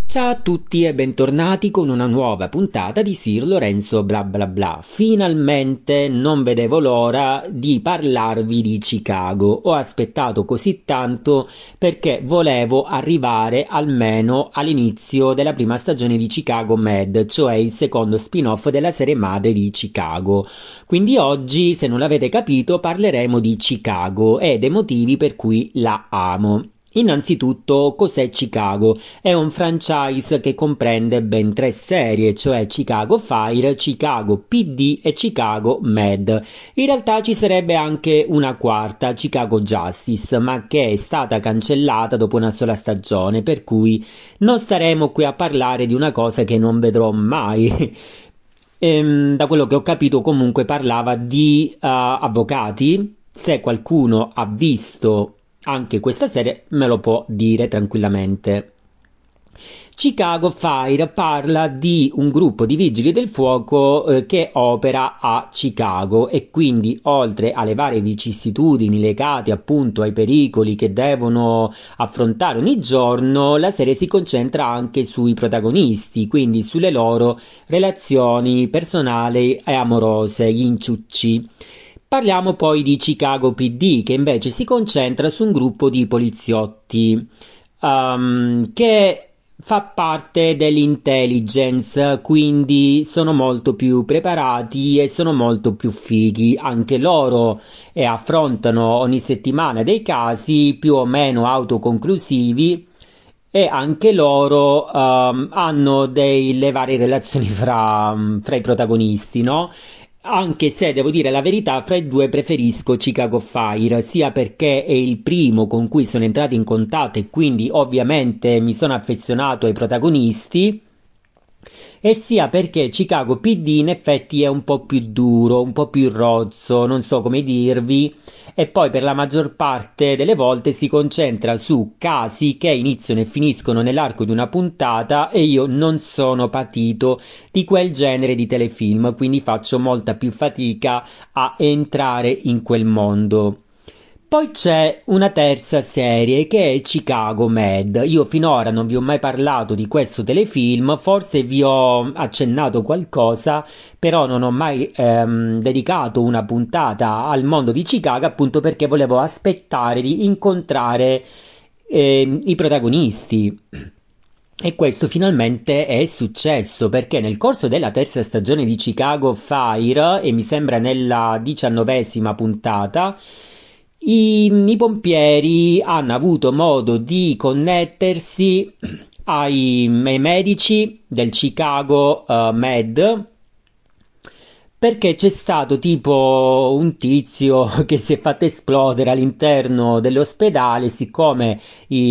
Ciao a tutti e bentornati con una nuova puntata di Sir Lorenzo bla bla bla. Finalmente non vedevo l'ora di parlarvi di Chicago. Ho aspettato così tanto perché volevo arrivare almeno all'inizio della prima stagione di Chicago Med, cioè il secondo spin-off della serie madre di Chicago. Quindi oggi, se non l'avete capito, parleremo di Chicago e dei motivi per cui la amo. Innanzitutto, cos'è Chicago? È un franchise che comprende ben 3 serie, cioè Chicago Fire, Chicago PD e Chicago Med. In realtà ci sarebbe anche una quarta, Chicago Justice, ma che è stata cancellata dopo una sola stagione, per cui non staremo qui a parlare di una cosa che non vedrò mai. Da quello che ho capito comunque parlava di avvocati. Se qualcuno ha visto anche questa serie me lo può dire tranquillamente. Chicago Fire parla di un gruppo di vigili del fuoco che opera a Chicago e quindi oltre alle varie vicissitudini legate appunto ai pericoli che devono affrontare ogni giorno, la serie si concentra anche sui protagonisti, quindi sulle loro relazioni personali e amorose, gli inciucci. Parliamo poi di Chicago PD, che invece si concentra su un gruppo di poliziotti che fa parte dell'intelligence, quindi sono molto più preparati e sono molto più fighi anche loro e affrontano ogni settimana dei casi più o meno autoconclusivi e anche loro hanno delle varie relazioni fra i protagonisti, no? Anche se devo dire la verità, fra i due preferisco Chicago Fire, sia perché è il primo con cui sono entrato in contatto e quindi ovviamente mi sono affezionato ai protagonisti, e sia perché Chicago PD in effetti è un po' più duro, un po' più rozzo, non so come dirvi, e poi per la maggior parte delle volte si concentra su casi che iniziano e finiscono nell'arco di una puntata e io non sono patito di quel genere di telefilm, quindi faccio molta più fatica a entrare in quel mondo. Poi c'è una terza serie che è Chicago Med. Io finora non vi ho mai parlato di questo telefilm, forse vi ho accennato qualcosa, però non ho mai dedicato una puntata al mondo di Chicago appunto perché volevo aspettare di incontrare i protagonisti. E questo finalmente è successo perché nel corso della terza stagione di Chicago Fire, e mi sembra nella 19ª puntata, i pompieri hanno avuto modo di connettersi ai medici del Chicago Med, perché c'è stato tipo un tizio che si è fatto esplodere all'interno dell'ospedale. Siccome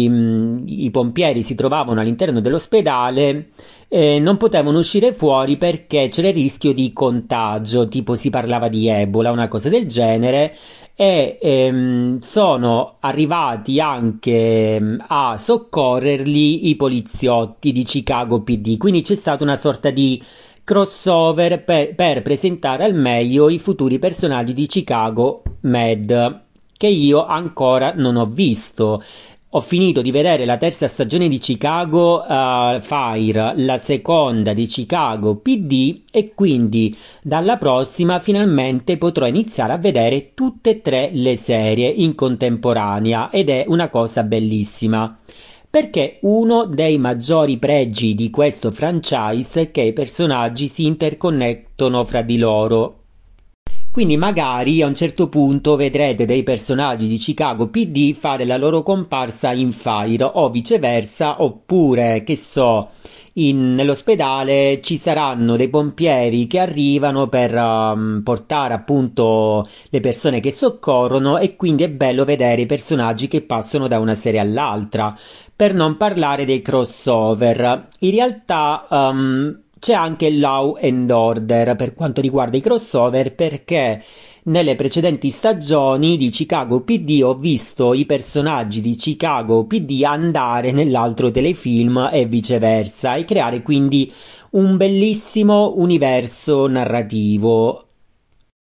i pompieri si trovavano all'interno dell'ospedale, non potevano uscire fuori perché c'era il rischio di contagio, tipo si parlava di Ebola, una cosa del genere, e sono arrivati anche a soccorrerli i poliziotti di Chicago PD. Quindi c'è stata una sorta di crossover per presentare al meglio i futuri personaggi di Chicago Med, che io ancora non ho visto. Ho finito di vedere la terza stagione di Chicago Fire, la seconda di Chicago PD, e quindi dalla prossima finalmente potrò iniziare a vedere tutte e tre le serie in contemporanea, ed è una cosa bellissima. Perché uno dei maggiori pregi di questo franchise è che i personaggi si interconnettono fra di loro. Quindi magari a un certo punto vedrete dei personaggi di Chicago PD fare la loro comparsa in Fire o viceversa, oppure, che so, nell'ospedale ci saranno dei pompieri che arrivano per portare appunto le persone che soccorrono, e quindi è bello vedere i personaggi che passano da una serie all'altra. Per non parlare dei crossover, in realtà c'è anche Law and Order per quanto riguarda i crossover, perché nelle precedenti stagioni di Chicago PD ho visto i personaggi di Chicago PD andare nell'altro telefilm e viceversa, e creare quindi un bellissimo universo narrativo.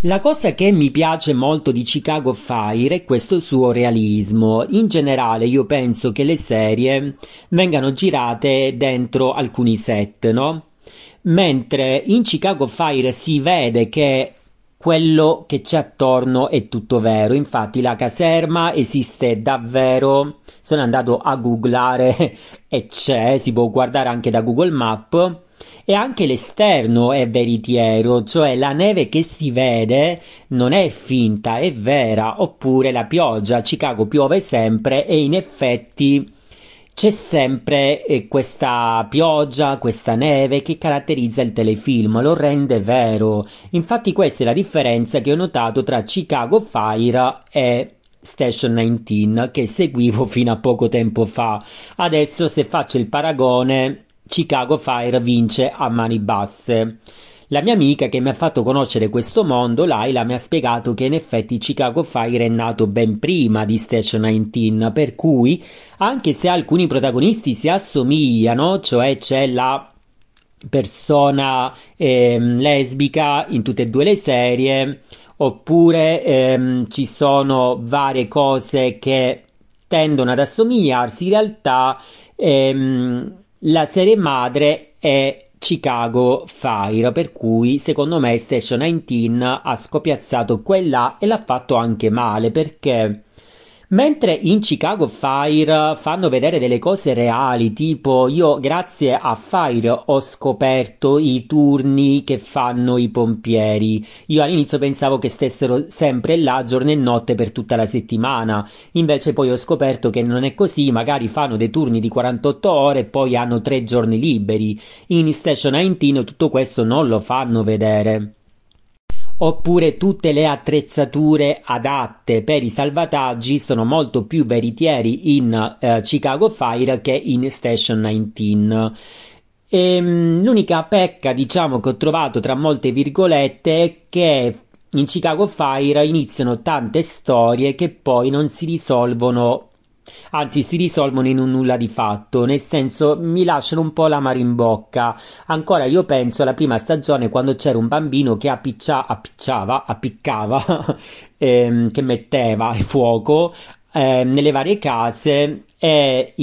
La cosa che mi piace molto di Chicago Fire è questo suo realismo. In generale io penso che le serie vengano girate dentro alcuni set, no? Mentre in Chicago Fire si vede che quello che c'è attorno è tutto vero. Infatti la caserma esiste davvero. Sono andato a googlare e c'è, si può guardare anche da Google Maps. E anche l'esterno è veritiero, cioè la neve che si vede non è finta, è vera, oppure la pioggia. A Chicago piove sempre e in effetti c'è sempre questa pioggia, questa neve che caratterizza il telefilm, lo rende vero. Infatti questa è la differenza che ho notato tra Chicago Fire e Station 19 che seguivo fino a poco tempo fa. Adesso se faccio il paragone Chicago Fire vince a mani basse. La mia amica che mi ha fatto conoscere questo mondo, Laila, mi ha spiegato che in effetti Chicago Fire è nato ben prima di Station 19, per cui anche se alcuni protagonisti si assomigliano, cioè c'è la persona lesbica in tutte e due le serie, oppure ci sono varie cose che tendono ad assomigliarsi, in realtà la serie madre è Chicago Fire, per cui secondo me Station 19 ha scopiazzato quella e l'ha fatto anche male, perché mentre in Chicago Fire fanno vedere delle cose reali, tipo io grazie a Fire ho scoperto i turni che fanno i pompieri. Io all'inizio pensavo che stessero sempre là giorno e notte per tutta la settimana, invece poi ho scoperto che non è così, magari fanno dei turni di 48 ore e poi hanno 3 giorni liberi. In Station 19 tutto questo non lo fanno vedere. Oppure tutte le attrezzature adatte per i salvataggi sono molto più veritieri in Chicago Fire che in Station 19. L'unica pecca, diciamo, che ho trovato tra molte virgolette è che in Chicago Fire iniziano tante storie che poi non si risolvono. Anzi, si risolvono in un nulla di fatto, nel senso mi lasciano un po' l'amaro in bocca. Ancora io penso alla prima stagione quando c'era un bambino che appiccava, che metteva il fuoco nelle varie case e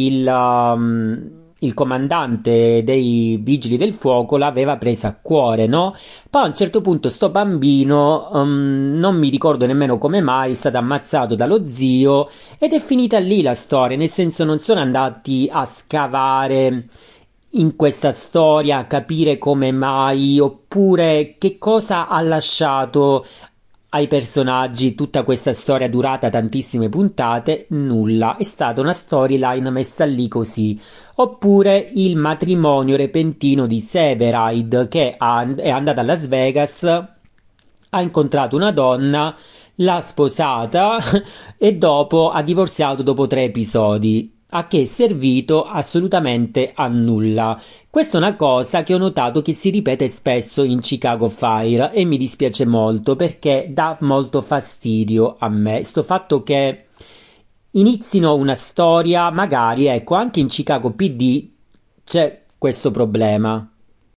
il comandante dei vigili del fuoco l'aveva presa a cuore, no? Poi a un certo punto sto bambino, non mi ricordo nemmeno come mai, è stato ammazzato dallo zio ed è finita lì la storia, nel senso non sono andati a scavare in questa storia, a capire come mai, oppure che cosa ha lasciato ai personaggi tutta questa storia durata tantissime puntate, nulla, è stata una storyline messa lì così. Oppure il matrimonio repentino di Severide che è andata a Las Vegas, ha incontrato una donna, l'ha sposata e dopo ha divorziato dopo 3 episodi. A che è servito? Assolutamente a nulla. Questa è una cosa che ho notato che si ripete spesso in Chicago Fire e mi dispiace molto perché dà molto fastidio a me. Sto fatto che inizino una storia, magari, ecco, anche in Chicago PD c'è questo problema.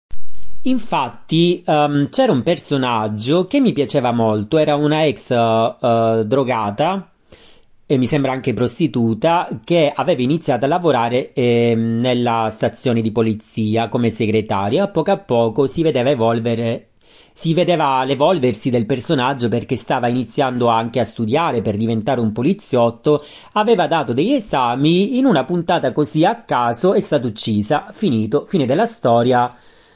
Infatti, c'era un personaggio che mi piaceva molto, era una ex drogata e mi sembra anche prostituta che aveva iniziato a lavorare nella stazione di polizia come segretaria. A poco si vedeva l'evolversi del personaggio perché stava iniziando anche a studiare per diventare un poliziotto, aveva dato degli esami, in una puntata così a caso è stata uccisa, finito, fine della storia.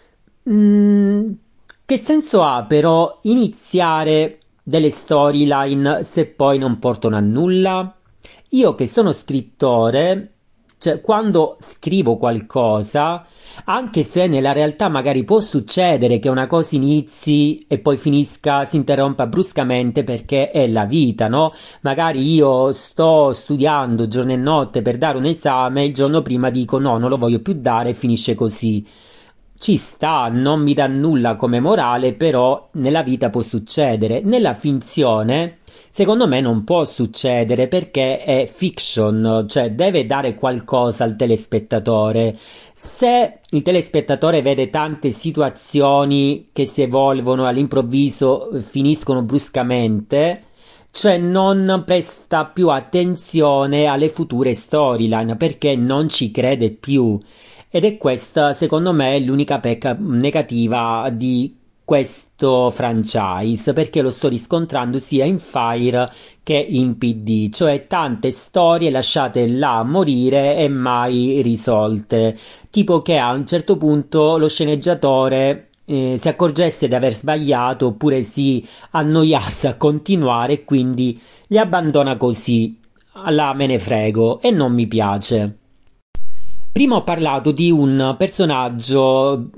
Che senso ha però iniziare delle storyline se poi non portano a nulla? Io che sono scrittore, cioè quando scrivo qualcosa, anche se nella realtà magari può succedere che una cosa inizi e poi finisca, si interrompa bruscamente perché è la vita, no? Magari io sto studiando giorno e notte per dare un esame, il giorno prima dico no, non lo voglio più dare e finisce così. Ci sta, non mi dà nulla come morale, però nella vita può succedere. Nella finzione Secondo me non può succedere perché è fiction, cioè deve dare qualcosa al telespettatore. Se il telespettatore vede tante situazioni che si evolvono all'improvviso, finiscono bruscamente, cioè non presta più attenzione alle future storyline perché non ci crede più. Ed è questa, secondo me, l'unica pecca negativa di questo franchise, perché lo sto riscontrando sia in Fire che in PD, cioè tante storie lasciate là a morire e mai risolte. Tipo che a un certo punto lo sceneggiatore si accorgesse di aver sbagliato oppure si annoiasse a continuare e quindi li abbandona così. Là me ne frego e non mi piace. Prima ho parlato di un personaggio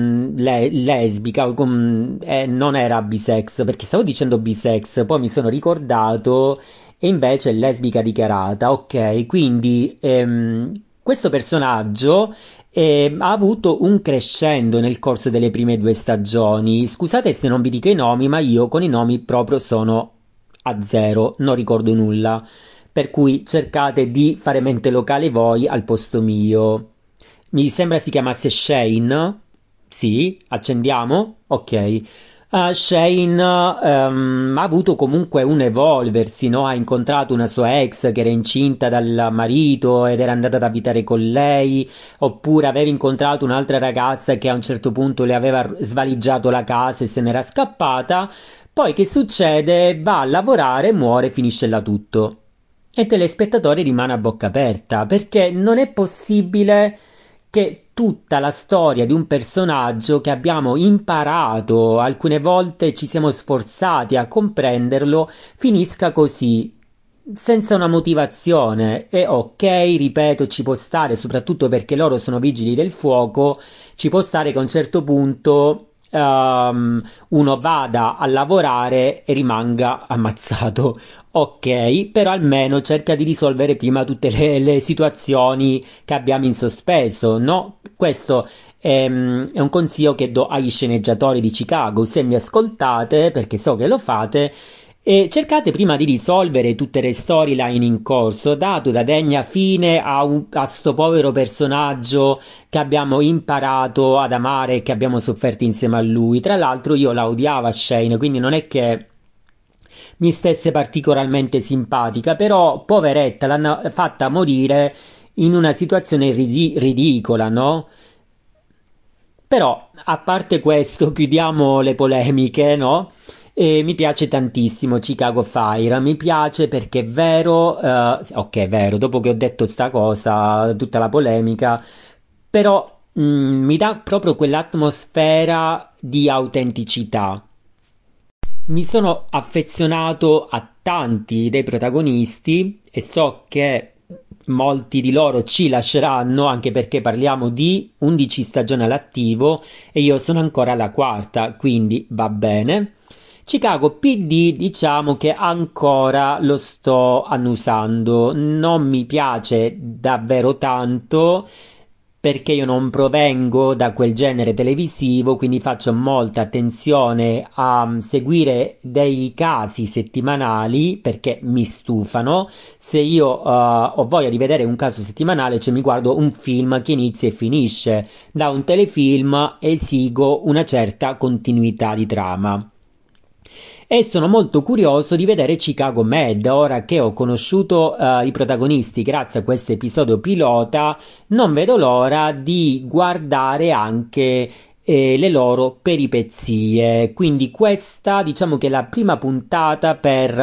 lesbica, non era bisex, perché stavo dicendo bisex, poi mi sono ricordato e invece è lesbica dichiarata. Ok, quindi questo personaggio ha avuto un crescendo nel corso delle prime due stagioni. Scusate se non vi dico i nomi, ma io con i nomi proprio sono a zero, non ricordo nulla, per cui cercate di fare mente locale voi al posto mio. Mi sembra si chiamasse Shane. Sì, accendiamo? Ok. Shane ha avuto comunque un evolversi, no? Ha incontrato una sua ex che era incinta dal marito ed era andata ad abitare con lei, oppure aveva incontrato un'altra ragazza che a un certo punto le aveva svaligiato la casa e se n'era scappata. Poi che succede? Va a lavorare, muore, finisce là tutto. E il telespettatore rimane a bocca aperta perché non è possibile che tutta la storia di un personaggio che abbiamo imparato, alcune volte ci siamo sforzati a comprenderlo, finisca così, senza una motivazione. E ok, ripeto, ci può stare, soprattutto perché loro sono vigili del fuoco, ci può stare che a un certo punto uno vada a lavorare e rimanga ammazzato. Ok, però almeno cerca di risolvere prima tutte le situazioni che abbiamo in sospeso, no? Questo è un consiglio che do agli sceneggiatori di Chicago. Se mi ascoltate, perché so che lo fate, e cercate prima di risolvere tutte le storyline in corso, dato da degna fine a sto povero personaggio che abbiamo imparato ad amare e che abbiamo sofferto insieme a lui. Tra l'altro io la odiavo a Shane, quindi non è che mi stesse particolarmente simpatica, però poveretta l'hanno fatta morire in una situazione ridicola, no? Però, a parte questo, chiudiamo le polemiche, no? E mi piace tantissimo Chicago Fire, mi piace perché è vero, sì, ok, è vero, dopo che ho detto sta cosa, tutta la polemica, però mi dà proprio quell'atmosfera di autenticità. Mi sono affezionato a tanti dei protagonisti e so che molti di loro ci lasceranno anche perché parliamo di 11 stagioni all'attivo e io sono ancora alla quarta, quindi va bene. Chicago PD diciamo che ancora lo sto annusando, non mi piace davvero tanto perché io non provengo da quel genere televisivo, quindi faccio molta attenzione a seguire dei casi settimanali perché mi stufano. Se io ho voglia di vedere un caso settimanale, cioè mi guardo un film che inizia e finisce. Da un telefilm esigo una certa continuità di trama. E sono molto curioso di vedere Chicago Med, ora che ho conosciuto i protagonisti grazie a questo episodio pilota, non vedo l'ora di guardare anche le loro peripezie. Quindi questa diciamo che è la prima puntata per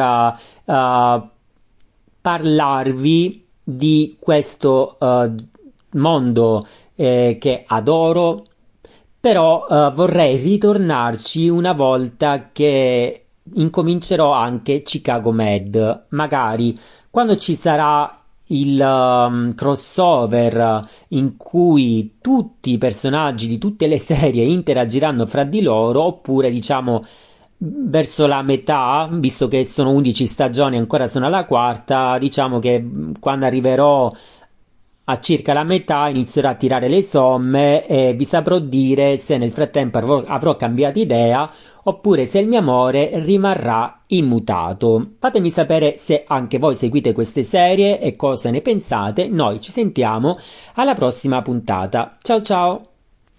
parlarvi di questo mondo che adoro, però vorrei ritornarci una volta che incomincerò anche Chicago Med, magari quando ci sarà il crossover in cui tutti i personaggi di tutte le serie interagiranno fra di loro, oppure diciamo verso la metà, visto che sono 11 stagioni, ancora sono alla quarta, diciamo che quando arriverò a circa la metà inizierò a tirare le somme e vi saprò dire se nel frattempo avrò cambiato idea oppure se il mio amore rimarrà immutato. Fatemi sapere se anche voi seguite queste serie e cosa ne pensate. Noi ci sentiamo alla prossima puntata. Ciao ciao!